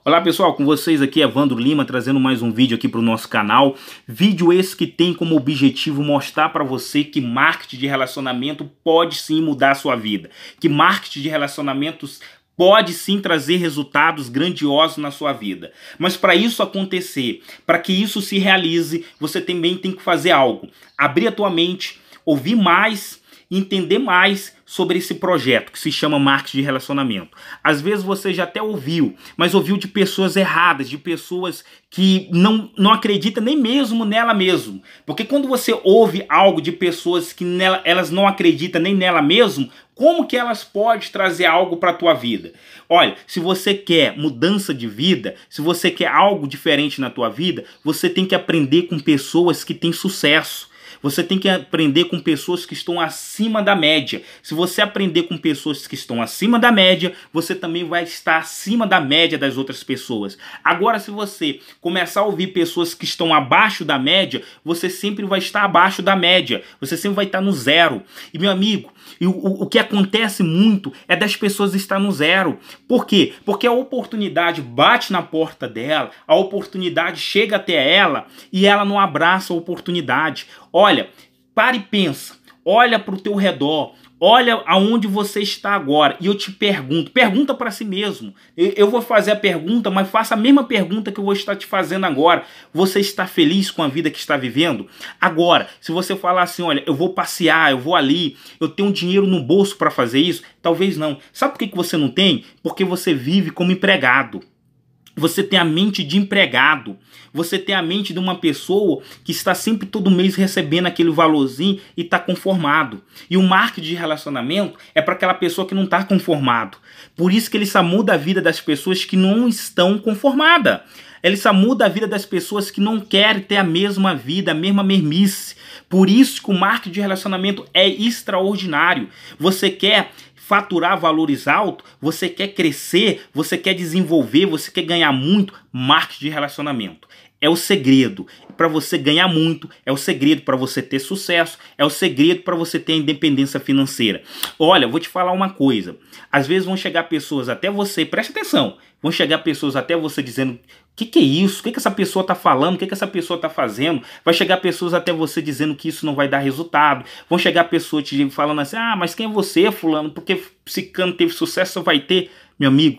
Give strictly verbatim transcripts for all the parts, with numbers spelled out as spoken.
Olá pessoal, com vocês aqui é Evandro Lima trazendo mais um vídeo aqui para o nosso canal. Vídeo esse que tem como objetivo mostrar para você que marketing de relacionamento pode sim mudar a sua vida. Que marketing de relacionamentos pode sim trazer resultados grandiosos na sua vida. Mas para isso acontecer, para que isso se realize, você também tem que fazer algo. Abrir a tua mente, ouvir mais, entender mais sobre esse projeto que se chama marketing de relacionamento. Às vezes você já até ouviu, mas ouviu de pessoas erradas, de pessoas que não, não acreditam nem mesmo nela mesmo. Porque quando você ouve algo de pessoas que nela, elas não acreditam nem nela mesmo, como que elas podem trazer algo para a tua vida? Olha, se você quer mudança de vida, se você quer algo diferente na tua vida, você tem que aprender com pessoas que têm sucesso. Você tem que aprender com pessoas que estão acima da média. Se você aprender com pessoas que estão acima da média, você também vai estar acima da média das outras pessoas. Agora, se você começar a ouvir pessoas que estão abaixo da média, você sempre vai estar abaixo da média. Você sempre vai estar no zero. E, meu amigo, o, o, o que acontece muito é das pessoas estar no zero. Por quê? Porque a oportunidade bate na porta dela, a oportunidade chega até ela e ela não abraça a oportunidade. Olha, para e pensa, olha para o teu redor, olha aonde você está agora e eu te pergunto, pergunta para si mesmo. Eu vou fazer a pergunta, mas faça a mesma pergunta que eu vou estar te fazendo agora. Você está feliz com a vida que está vivendo? Agora, se você falar assim, olha, eu vou passear, eu vou ali, eu tenho dinheiro no bolso para fazer isso, talvez não. Sabe por que você não tem? Porque você vive como empregado. Você tem a mente de empregado, você tem a mente de uma pessoa que está sempre todo mês recebendo aquele valorzinho e está conformado. E o marketing de relacionamento é para aquela pessoa que não está conformado. Por isso que ele só muda a vida das pessoas que não estão conformadas. Ele só muda a vida das pessoas que não querem ter a mesma vida, a mesma mermice. Por isso que o marketing de relacionamento é extraordinário. Você quer faturar valores altos, você quer crescer, você quer desenvolver, você quer ganhar muito, marketing de relacionamento. É o segredo para você ganhar muito, é o segredo para você ter sucesso, é o segredo para você ter independência financeira. Olha, vou te falar uma coisa. Às vezes vão chegar pessoas até você, preste atenção, vão chegar pessoas até você dizendo: o que, que é isso? O que, que essa pessoa está falando? O que, que essa pessoa está fazendo? Vai chegar pessoas até você dizendo que isso não vai dar resultado. Vão chegar pessoas te falando assim: ah, mas quem é você, fulano? Porque se cano teve sucesso, vai ter. Meu amigo,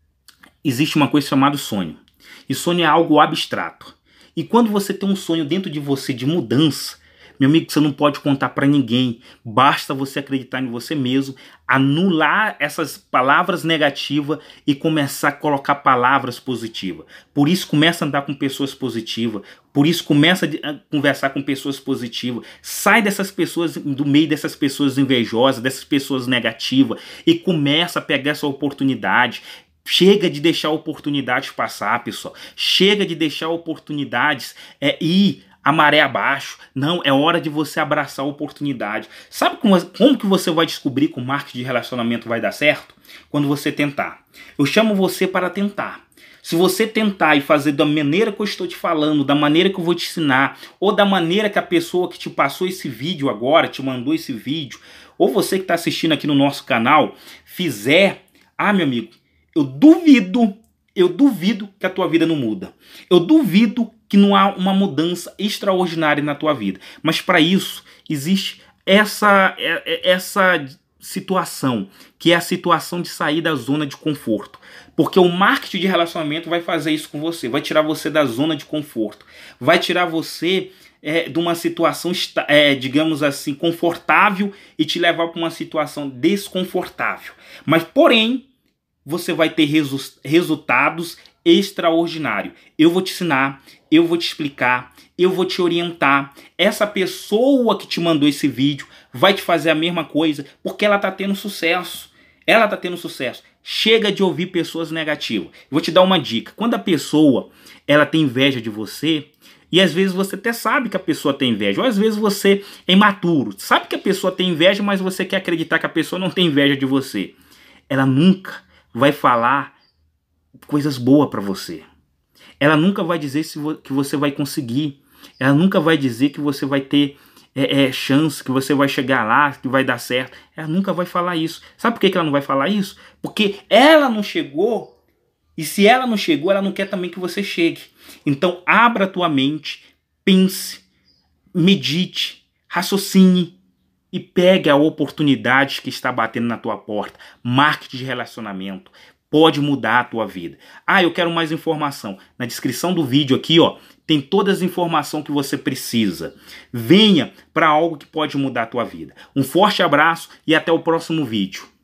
existe uma coisa chamada sonho. E sonho é algo abstrato. E quando você tem um sonho dentro de você de mudança, meu amigo, você não pode contar para ninguém. Basta você acreditar em você mesmo, anular essas palavras negativas e começar a colocar palavras positivas. Por isso começa a andar com pessoas positivas. Por isso começa a conversar com pessoas positivas. Sai dessas pessoas, do meio dessas pessoas invejosas, dessas pessoas negativas e começa a pegar essa oportunidade. Chega de deixar oportunidades passar, pessoal. Chega de deixar oportunidades é, ir a maré abaixo. Não, é hora de você abraçar a oportunidade. Sabe como, como que você vai descobrir que o marketing de relacionamento vai dar certo? Quando você tentar. Eu chamo você para tentar. Se você tentar e fazer da maneira que eu estou te falando, da maneira que eu vou te ensinar, ou da maneira que a pessoa que te passou esse vídeo agora, te mandou esse vídeo, ou você que está assistindo aqui no nosso canal, fizer, ah, meu amigo, eu duvido, eu duvido que a tua vida não muda. Eu duvido que não há uma mudança extraordinária na tua vida. Mas para isso existe essa, essa situação, que é a situação de sair da zona de conforto. Porque o marketing de relacionamento vai fazer isso com você, vai tirar você da zona de conforto, vai tirar você é, de uma situação, é, digamos assim, confortável e te levar para uma situação desconfortável. Mas, porém, você vai ter resu resultados extraordinários. Eu vou te ensinar, eu vou te explicar, eu vou te orientar. Essa pessoa que te mandou esse vídeo vai te fazer a mesma coisa, porque ela está tendo sucesso. Ela está tendo sucesso. Chega de ouvir pessoas negativas. Vou te dar uma dica. Quando a pessoa ela tem inveja de você, e às vezes você até sabe que a pessoa tem inveja, ou às vezes você é imaturo, sabe que a pessoa tem inveja, mas você quer acreditar que a pessoa não tem inveja de você. Ela nunca vai falar coisas boas para você. Ela nunca vai dizer se vo que você vai conseguir. Ela nunca vai dizer que você vai ter é, é, chance, que você vai chegar lá, que vai dar certo. Ela nunca vai falar isso. Sabe por que ela não vai falar isso? Porque ela não chegou E se ela não chegou, ela não quer também que você chegue. Então abra a tua mente, pense, medite, raciocine e pegue a oportunidade que está batendo na tua porta. Marketing de relacionamento pode mudar a tua vida. Ah, eu quero mais informação. Na descrição do vídeo aqui, ó, tem todas as informações que você precisa. Venha para algo que pode mudar a tua vida. Um forte abraço e até o próximo vídeo.